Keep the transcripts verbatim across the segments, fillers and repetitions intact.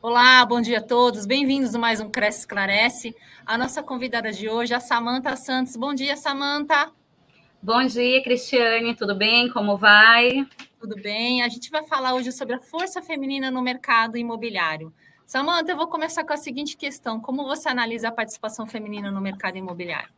Olá, bom dia a todos. Bem-vindos a mais um Cresce Esclarece. A nossa convidada de hoje é a Samantha Santos. Bom dia, Samantha. Bom dia, Cristiane. Tudo bem? Como vai? Tudo bem? A gente vai falar hoje sobre a força feminina no mercado imobiliário. Samantha, eu vou começar com a seguinte questão: como você analisa a participação feminina no mercado imobiliário?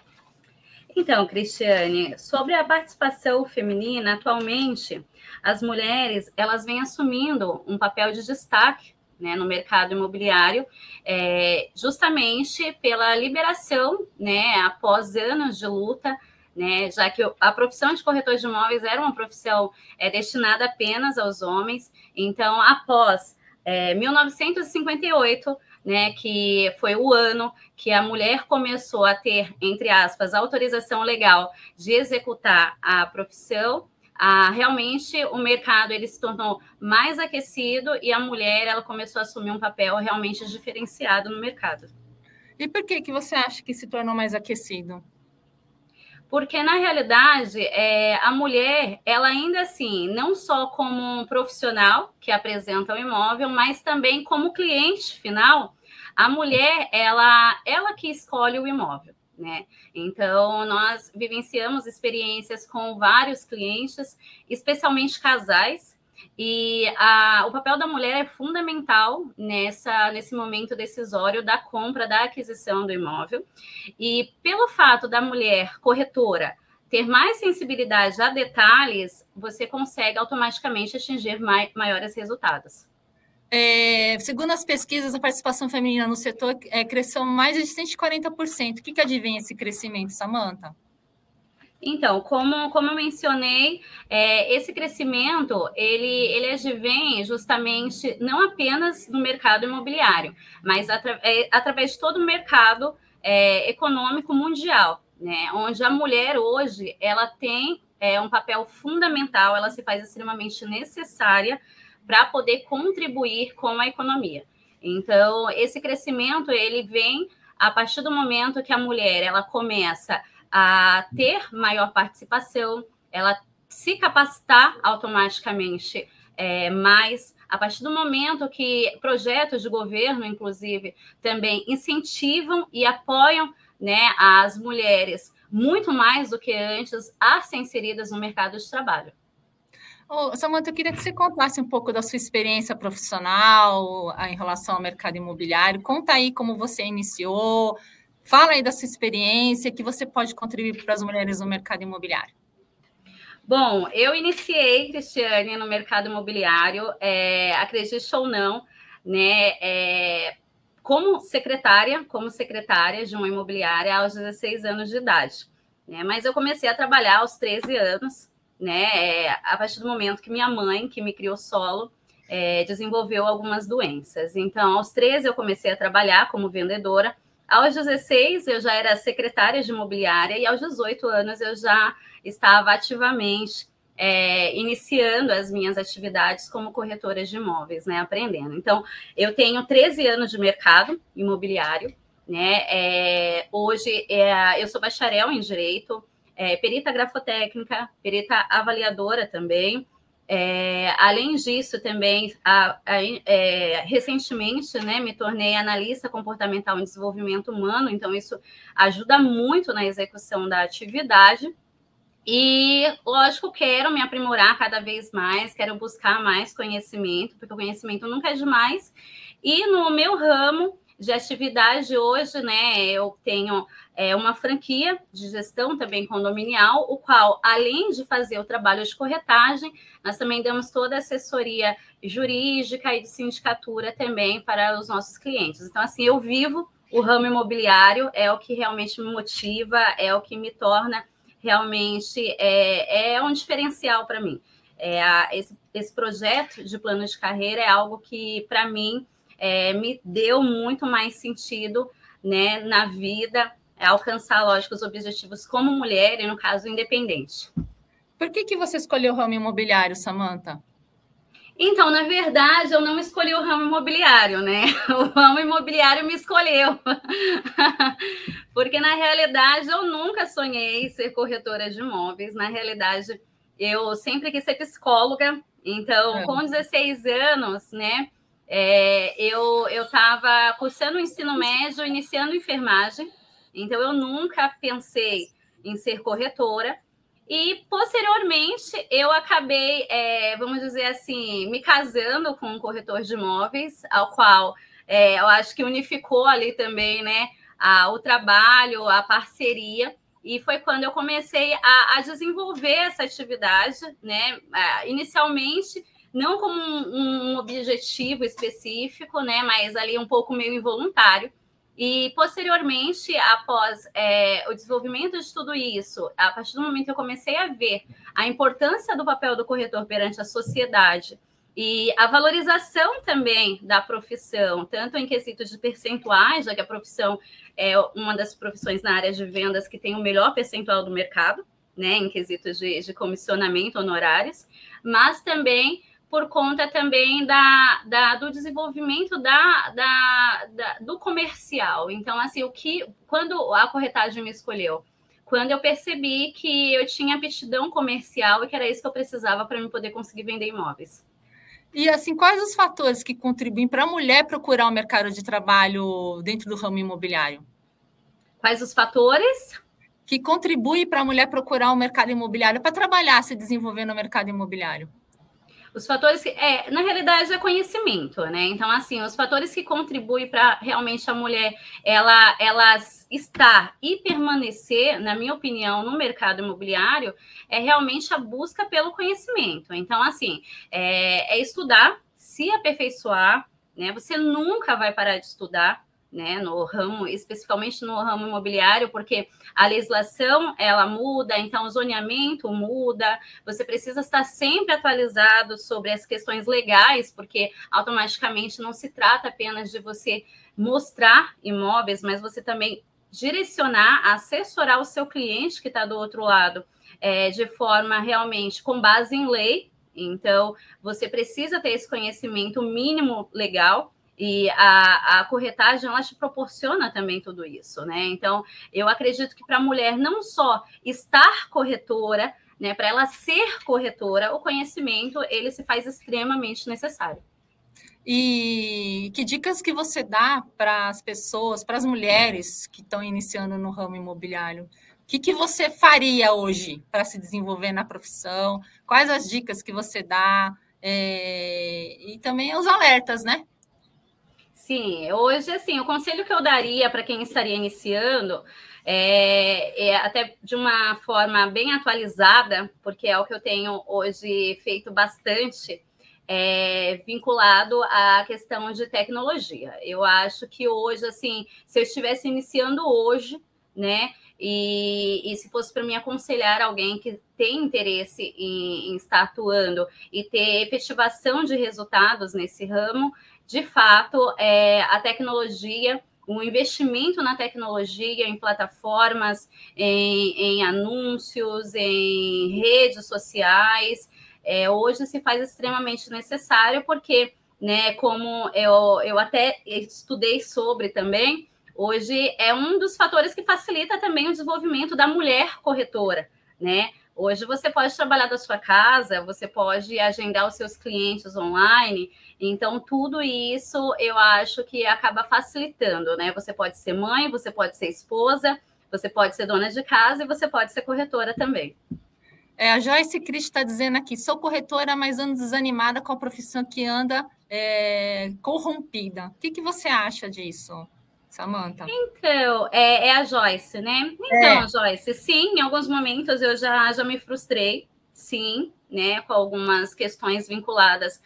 Então, Cristiane, sobre a participação feminina, atualmente, as mulheres elas vêm assumindo um papel de destaque, né, no mercado imobiliário, é, justamente pela liberação, né, após anos de luta, né, já que a profissão de corretor de imóveis era uma profissão é, destinada apenas aos homens. Então, após é, mil novecentos e cinquenta e oito, né, que foi o ano que a mulher começou a ter, entre aspas, autorização legal de executar a profissão, ah, realmente o mercado ele se tornou mais aquecido e a mulher ela começou a assumir um papel realmente diferenciado no mercado. E por que, que você acha que se tornou mais aquecido? Porque, na realidade, é, a mulher, ela ainda assim, não só como um profissional que apresenta o imóvel, mas também como cliente final, a mulher, ela, ela que escolhe o imóvel, né? Então, nós vivenciamos experiências com vários clientes, especialmente casais, e a, o papel da mulher é fundamental nessa, nesse momento decisório da compra, da aquisição do imóvel. E pelo fato da mulher corretora ter mais sensibilidade a detalhes, você consegue automaticamente atingir mai, maiores resultados. É, segundo as pesquisas, a participação feminina no setor é, cresceu mais de cento e quarenta por cento. O que, que adivinha esse crescimento, Samantha? Então, como, como eu mencionei, é, esse crescimento, ele, ele advém justamente não apenas no mercado imobiliário, mas atra, é, através de todo o mercado é, econômico mundial, né? Onde a mulher hoje, ela tem é, um papel fundamental, ela se faz extremamente necessária para poder contribuir com a economia. Então, esse crescimento, ele vem a partir do momento que a mulher, ela começa a ter maior participação, ela se capacitar automaticamente é, mais, a partir do momento que projetos de governo, inclusive, também incentivam e apoiam, né, as mulheres muito mais do que antes a ser inseridas no mercado de trabalho. Ô, Samantha, eu queria que você contasse um pouco da sua experiência profissional em relação ao mercado imobiliário. Conta aí como você iniciou, fala aí da sua experiência que você pode contribuir para as mulheres no mercado imobiliário. Bom, eu iniciei, Cristiane, no mercado imobiliário, é, acredite ou não, né, é, como secretária, como secretária de uma imobiliária aos dezesseis anos de idade. Né? Mas eu comecei a trabalhar aos treze anos, né, é, a partir do momento que minha mãe, que me criou solo, é, desenvolveu algumas doenças. Então, aos treze eu comecei a trabalhar como vendedora, aos dezesseis eu já era secretária de imobiliária e aos dezoito anos eu já estava ativamente é, iniciando as minhas atividades como corretora de imóveis, né, aprendendo. Então, eu tenho treze anos de mercado imobiliário, né, é, hoje é, eu sou bacharel em Direito, é, perita grafotécnica, perita avaliadora também. É, além disso, também, a, a, é, recentemente, né, me tornei analista comportamental em desenvolvimento humano, então isso ajuda muito na execução da atividade. E, lógico, quero me aprimorar cada vez mais, quero buscar mais conhecimento, porque o conhecimento nunca é demais. E no meu ramo de atividade hoje, né, eu tenho é, uma franquia de gestão também condominial, o qual, além de fazer o trabalho de corretagem, nós também damos toda a assessoria jurídica e de sindicatura também para os nossos clientes. Então, assim, eu vivo o ramo imobiliário, é o que realmente me motiva, é o que me torna realmente é, é um diferencial para mim. É, a, esse, esse projeto de plano de carreira é algo que, para mim, é, me deu muito mais sentido, né, na vida, é alcançar, lógico, os objetivos como mulher e, no caso, independente. Por que, que você escolheu o ramo imobiliário, Samantha? Então, na verdade, eu não escolhi o ramo imobiliário, né? O ramo imobiliário me escolheu. Porque, na realidade, eu nunca sonhei ser corretora de imóveis. Na realidade, eu sempre quis ser psicóloga. Então, com dezesseis anos, né? É, eu estava cursando o ensino médio, iniciando enfermagem, então eu nunca pensei em ser corretora. E, posteriormente, eu acabei, é, vamos dizer assim, me casando com um corretor de imóveis, ao qual é, eu acho que unificou ali também, né, a, o trabalho, a parceria. E foi quando eu comecei a, a desenvolver essa atividade, né, inicialmente não como um, um objetivo específico, né, mas ali um pouco meio involuntário. E, posteriormente, após é, o desenvolvimento de tudo isso, a partir do momento que eu comecei a ver a importância do papel do corretor perante a sociedade e a valorização também da profissão, tanto em quesitos de percentuais, já que a profissão é uma das profissões na área de vendas que tem o melhor percentual do mercado, né, em quesitos de, de comissionamento, honorários, mas também por conta também da, da, do desenvolvimento da, da, da, do comercial. Então, assim, o que quando a corretagem me escolheu? Quando eu percebi que eu tinha aptidão comercial e que era isso que eu precisava para me poder conseguir vender imóveis. E, assim, quais os fatores que contribuem para a mulher procurar o mercado de trabalho dentro do ramo imobiliário? Quais os fatores? Que contribuem para a mulher procurar o mercado imobiliário, para trabalhar, se desenvolver no mercado imobiliário? Os fatores que, é, na realidade, é conhecimento, né? Então, assim, os fatores que contribuem para realmente a mulher ela, ela estar e permanecer, na minha opinião, no mercado imobiliário, é realmente a busca pelo conhecimento. Então, assim, é, é estudar, se aperfeiçoar, né? Você nunca vai parar de estudar, né, no ramo, especificamente no ramo imobiliário, porque a legislação ela muda, então o zoneamento muda, você precisa estar sempre atualizado sobre as questões legais, porque automaticamente não se trata apenas de você mostrar imóveis, mas você também direcionar, assessorar o seu cliente que está do outro lado, é, de forma realmente com base em lei. Então, você precisa ter esse conhecimento mínimo legal, e a, a corretagem, ela te proporciona também tudo isso, né? Então, eu acredito que para a mulher não só estar corretora, né, para ela ser corretora, o conhecimento, ele se faz extremamente necessário. E que dicas que você dá para as pessoas, para as mulheres que estão iniciando no ramo imobiliário? O que, que você faria hoje para se desenvolver na profissão? Quais as dicas que você dá? É, e também os alertas, né? Sim, hoje, assim, o conselho que eu daria para quem estaria iniciando é, é até de uma forma bem atualizada, porque é o que eu tenho hoje feito bastante, é, vinculado à questão de tecnologia. Eu acho que hoje, assim, se eu estivesse iniciando hoje, né, e, e se fosse para me aconselhar alguém que tem interesse em, em estar atuando e ter efetivação de resultados nesse ramo, de fato, é, a tecnologia, o investimento na tecnologia, em plataformas, em, em anúncios, em redes sociais, é, hoje se faz extremamente necessário, porque, né, como eu, eu até estudei sobre também, hoje é um dos fatores que facilita também o desenvolvimento da mulher corretora, né? Hoje você pode trabalhar da sua casa, você pode agendar os seus clientes online, então tudo isso eu acho que acaba facilitando, né? Você pode ser mãe, você pode ser esposa, você pode ser dona de casa e você pode ser corretora também. É, a Joyce Cristi está dizendo aqui, sou corretora, mas ando desanimada com a profissão que anda é, corrompida. O que, que você acha disso, Samantha? Então, é, é a Joyce, né? Então, É. Joyce, sim, em alguns momentos eu já, já me frustrei, sim, né, com algumas questões vinculadas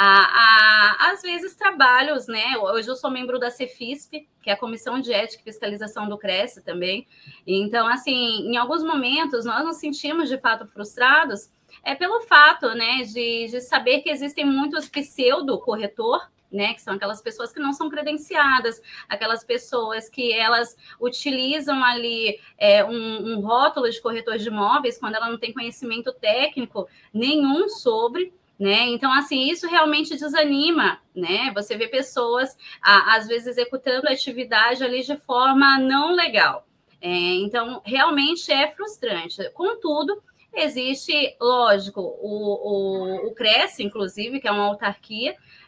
a, a, às vezes, trabalhos, né? Hoje eu sou membro da Cefisp, que é a Comissão de Ética e Fiscalização do Cresce também. Então, assim, em alguns momentos nós nos sentimos de fato frustrados, é pelo fato, né, de, de saber que existem muitos pseudo-corretor, né, que são aquelas pessoas que não são credenciadas, aquelas pessoas que elas utilizam ali é, um, um rótulo de corretor de imóveis quando ela não tem conhecimento técnico nenhum sobre, né? Então, assim, isso realmente desanima, né? Você vê pessoas, às vezes, executando a atividade ali de forma não legal. É, então, realmente é frustrante. Contudo, existe, lógico, o, o, o Cresce, inclusive, que é uma autarquia,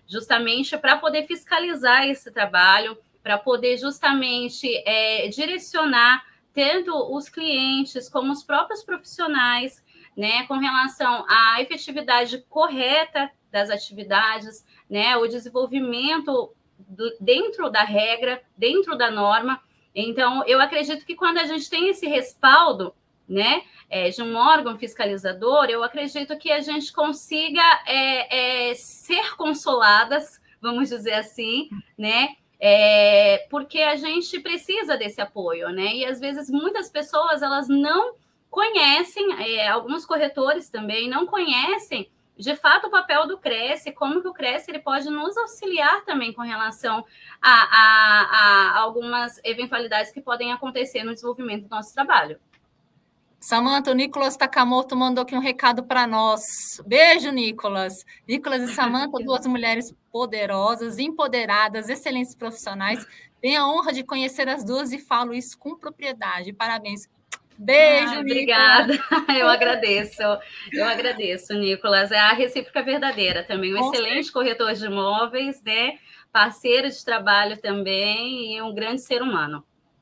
justamente para poder fiscalizar esse trabalho, para poder justamente é, direcionar tanto os clientes como os próprios profissionais, né, com relação à efetividade correta das atividades, né, o desenvolvimento do, dentro da regra, dentro da norma. Então, eu acredito que quando a gente tem esse respaldo, né, é, de um órgão fiscalizador, eu acredito que a gente consiga é, é, ser consoladas, vamos dizer assim, né, é, porque a gente precisa desse apoio, né, e às vezes muitas pessoas, elas não conhecem, é, alguns corretores também não conhecem, de fato, o papel do Cresce, como que o Cresce ele pode nos auxiliar também com relação a, a, a algumas eventualidades que podem acontecer no desenvolvimento do nosso trabalho. Samanta, o Nicolas Takamoto mandou aqui um recado para nós. Beijo, Nicolas. Nicolas e Samanta, duas mulheres poderosas, empoderadas, excelentes profissionais. Tenho a honra de conhecer as duas e falo isso com propriedade. Parabéns. Beijo, Ai, Nicolas. Obrigada, eu agradeço. Eu agradeço, Nicolas. É a recíproca verdadeira também. Um Com excelente certeza. corretor de imóveis, né? Parceiro de trabalho também e um grande ser humano.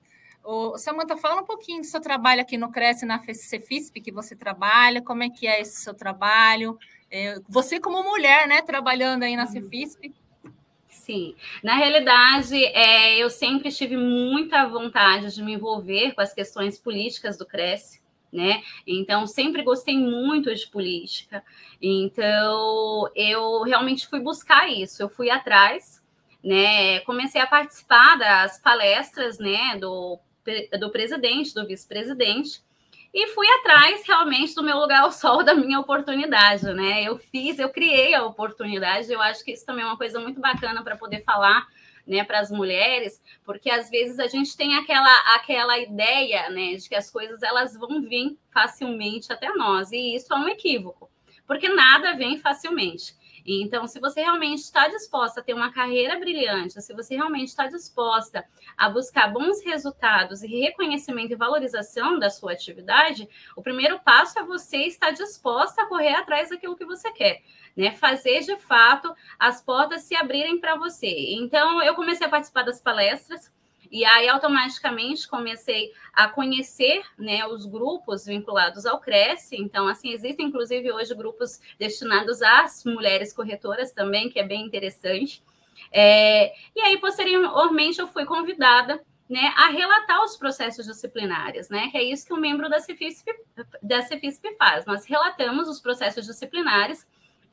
Ô, Samanta, fala um pouquinho do seu trabalho aqui no Cresce, na Cefisp, que você trabalha, como é que é esse seu trabalho? É, você como mulher, né, trabalhando aí na Cefisp. Sim, na realidade, é, eu sempre tive muita vontade de me envolver com as questões políticas do Cresce, né? Então, sempre gostei muito de política. Então, eu realmente fui buscar isso, eu fui atrás, né? Comecei a participar das palestras, né, do, do presidente, do vice-presidente, e fui atrás realmente do meu lugar ao sol, da minha oportunidade, né? Eu fiz, eu criei a oportunidade, eu acho que isso também é uma coisa muito bacana para poder falar, né, para as mulheres, porque às vezes a gente tem aquela, aquela ideia, né, de que as coisas elas vão vir facilmente até nós, e isso é um equívoco, porque nada vem facilmente. Então, se você realmente está disposta a ter uma carreira brilhante, se você realmente está disposta a buscar bons resultados e reconhecimento e valorização da sua atividade, o primeiro passo é você estar disposta a correr atrás daquilo que você quer, né? Fazer, de fato, as portas se abrirem para você. Então, eu comecei a participar das palestras, e aí, automaticamente, comecei a conhecer, né, os grupos vinculados ao Cresce. Então, assim, existem, inclusive, hoje, grupos destinados às mulheres corretoras também, que é bem interessante. É, e aí, posteriormente, eu fui convidada, né, a relatar os processos disciplinares, né, que é isso que o membro da Cefisp, da Cefisp faz. Nós relatamos os processos disciplinares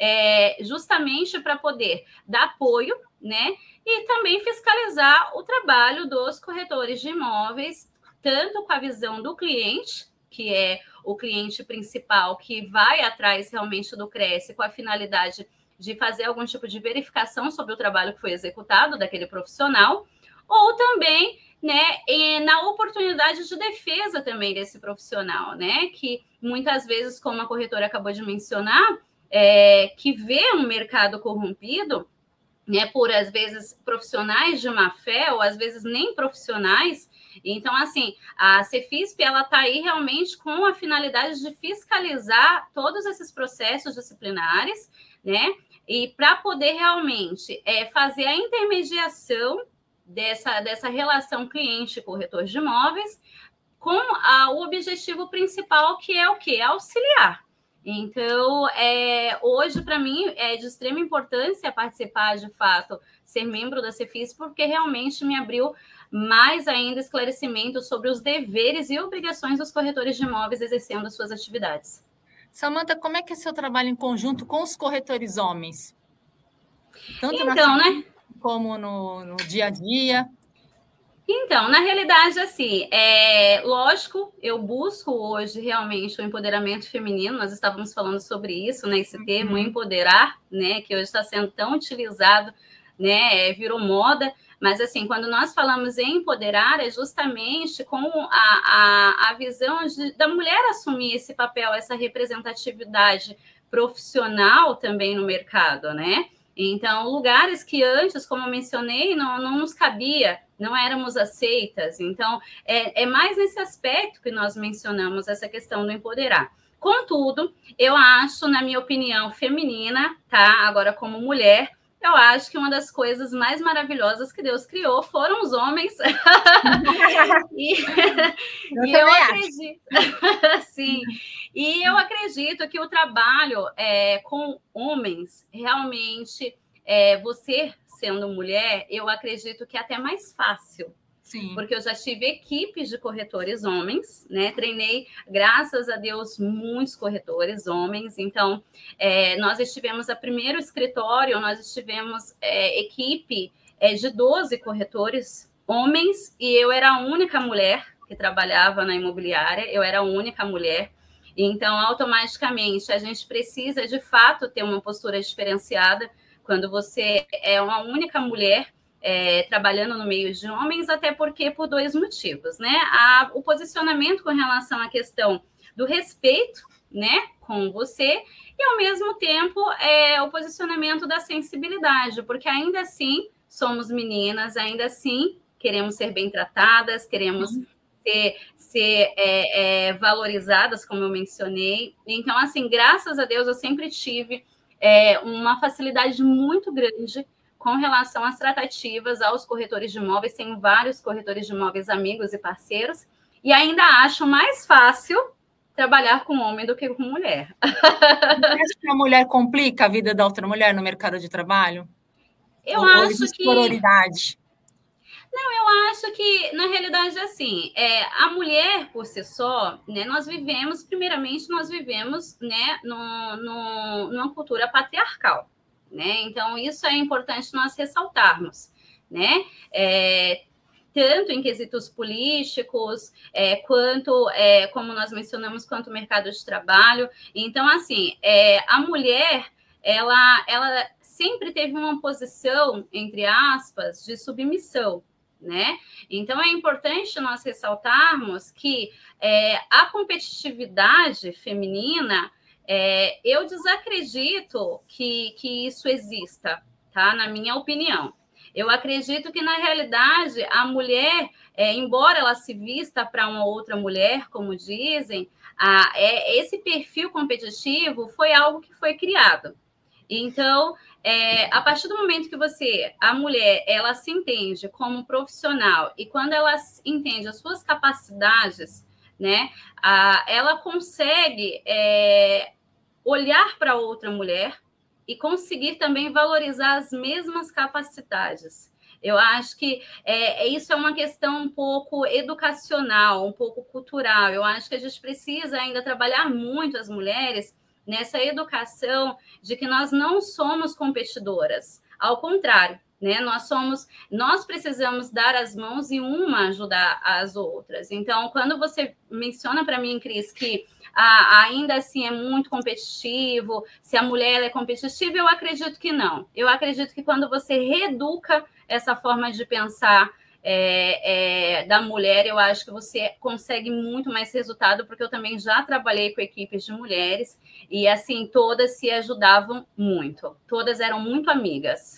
é, justamente para poder dar apoio, né, e também fiscalizar o trabalho dos corretores de imóveis, tanto com a visão do cliente, que é o cliente principal que vai atrás realmente do Cresce com a finalidade de fazer algum tipo de verificação sobre o trabalho que foi executado daquele profissional, ou também, né, na oportunidade de defesa também desse profissional, né, que muitas vezes, como a corretora acabou de mencionar, é, que vê um mercado corrompido, né, por, às vezes, profissionais de má fé, ou, às vezes, nem profissionais. Então, assim, a Cefisp, ela está aí realmente com a finalidade de fiscalizar todos esses processos disciplinares, né, e para poder realmente é, fazer a intermediação dessa, dessa relação cliente-corretor de imóveis com a, o objetivo principal, que é o quê? Auxiliar. Então, é, hoje, para mim, é de extrema importância participar, de fato, ser membro da Cefisp, porque realmente me abriu mais ainda esclarecimento sobre os deveres e obrigações dos corretores de imóveis exercendo as suas atividades. Samanta, como é que é seu trabalho em conjunto com os corretores homens? Tanto então, na né? como no, no dia a dia? Então, na realidade, assim, é lógico, eu busco hoje realmente o empoderamento feminino, nós estávamos falando sobre isso, né, esse termo, Uhum. empoderar, né, que hoje está sendo tão utilizado, né, virou moda, mas, assim, quando nós falamos em empoderar, é justamente com a, a, a visão de, da mulher assumir esse papel, essa representatividade profissional também no mercado, né? Então, lugares que antes, como eu mencionei, não, não nos cabia, não éramos aceitas. Então, é, é mais nesse aspecto que nós mencionamos essa questão do empoderar. Contudo, eu acho, na minha opinião feminina, tá? Agora como mulher, eu acho que uma das coisas mais maravilhosas que Deus criou foram os homens. e eu, e eu acredito, sim, e eu acredito que o trabalho é, com homens, realmente, é, você sendo mulher, eu acredito que é até mais fácil. Sim. Porque eu já tive equipes de corretores homens, né? Treinei, graças a Deus, muitos corretores homens. Então, é, nós estivemos a primeiro escritório, nós estivemos é, equipe é, de doze corretores homens e eu era a única mulher que trabalhava na imobiliária, eu era a única mulher. Então, automaticamente, a gente precisa, de fato, ter uma postura diferenciada quando você é uma única mulher É, trabalhando no meio de homens, até porque por dois motivos, né? A, o posicionamento com relação à questão do respeito, né, com você, e ao mesmo tempo é, o posicionamento da sensibilidade, porque ainda assim somos meninas, ainda assim queremos ser bem tratadas, queremos uhum. ser, ser é, é, valorizadas, como eu mencionei. Então, assim, graças a Deus, eu sempre tive é, uma facilidade muito grande com relação às tratativas aos corretores de imóveis. Tenho vários corretores de imóveis amigos e parceiros, e ainda acho mais fácil trabalhar com homem do que com mulher. Você acha que a mulher complica a vida da outra mulher no mercado de trabalho? Eu ou, acho ou que... sororidade? Não, eu acho que, na realidade, assim, é, a mulher, por si só, né, nós vivemos, primeiramente, nós vivemos, né, no, no, numa cultura patriarcal. Né? Então, isso é importante nós ressaltarmos, né? É, tanto em quesitos políticos, é, quanto, é, como nós mencionamos, quanto o mercado de trabalho. Então, assim, é, a mulher, ela, ela sempre teve uma posição, entre aspas, de submissão, né? Então, é importante nós ressaltarmos que é, a competitividade feminina, É, eu desacredito que, que isso exista, tá? Na minha opinião. Eu acredito que, na realidade, a mulher, é, embora ela se vista para uma outra mulher, como dizem, a, é, esse perfil competitivo foi algo que foi criado. Então, é, a partir do momento que você, a mulher, ela se entende como profissional e quando ela entende as suas capacidades, né, a, ela consegue é, olhar para outra mulher e conseguir também valorizar as mesmas capacidades. Eu acho que é, isso é uma questão um pouco educacional, um pouco cultural. Eu acho que a gente precisa ainda trabalhar muito as mulheres nessa educação de que nós não somos competidoras. Ao contrário, né? Nós somos, nós precisamos dar as mãos e uma ajudar as outras. Então, quando você menciona para mim, Cris, que ah, ainda assim é muito competitivo, se a mulher é competitiva, eu acredito que não. Eu acredito que quando você reeduca essa forma de pensar é, é, da mulher, eu acho que você consegue muito mais resultado, porque eu também já trabalhei com equipes de mulheres e, assim, todas se ajudavam muito. Todas eram muito amigas.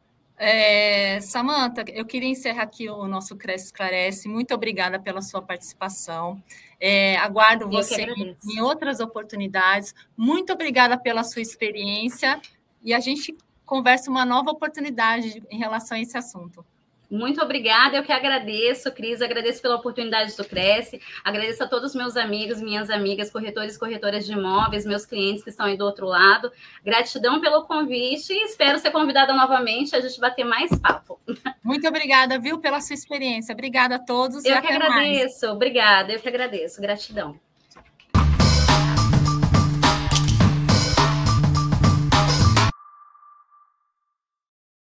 É, Samantha, eu queria encerrar aqui o nosso Cresce Esclarece. Muito obrigada pela sua participação. É, aguardo você em, em outras oportunidades. Muito obrigada pela sua experiência e a gente conversa uma nova oportunidade em relação a esse assunto. Muito obrigada, eu que agradeço, Cris, agradeço pela oportunidade do Cresce, agradeço a todos os meus amigos, minhas amigas, corretores e corretoras de imóveis, meus clientes que estão aí do outro lado. Gratidão pelo convite e espero ser convidada novamente a gente bater mais papo. Muito obrigada, viu, pela sua experiência. Obrigada a todos eu e que até agradeço, mais. Obrigada, eu que agradeço. Gratidão.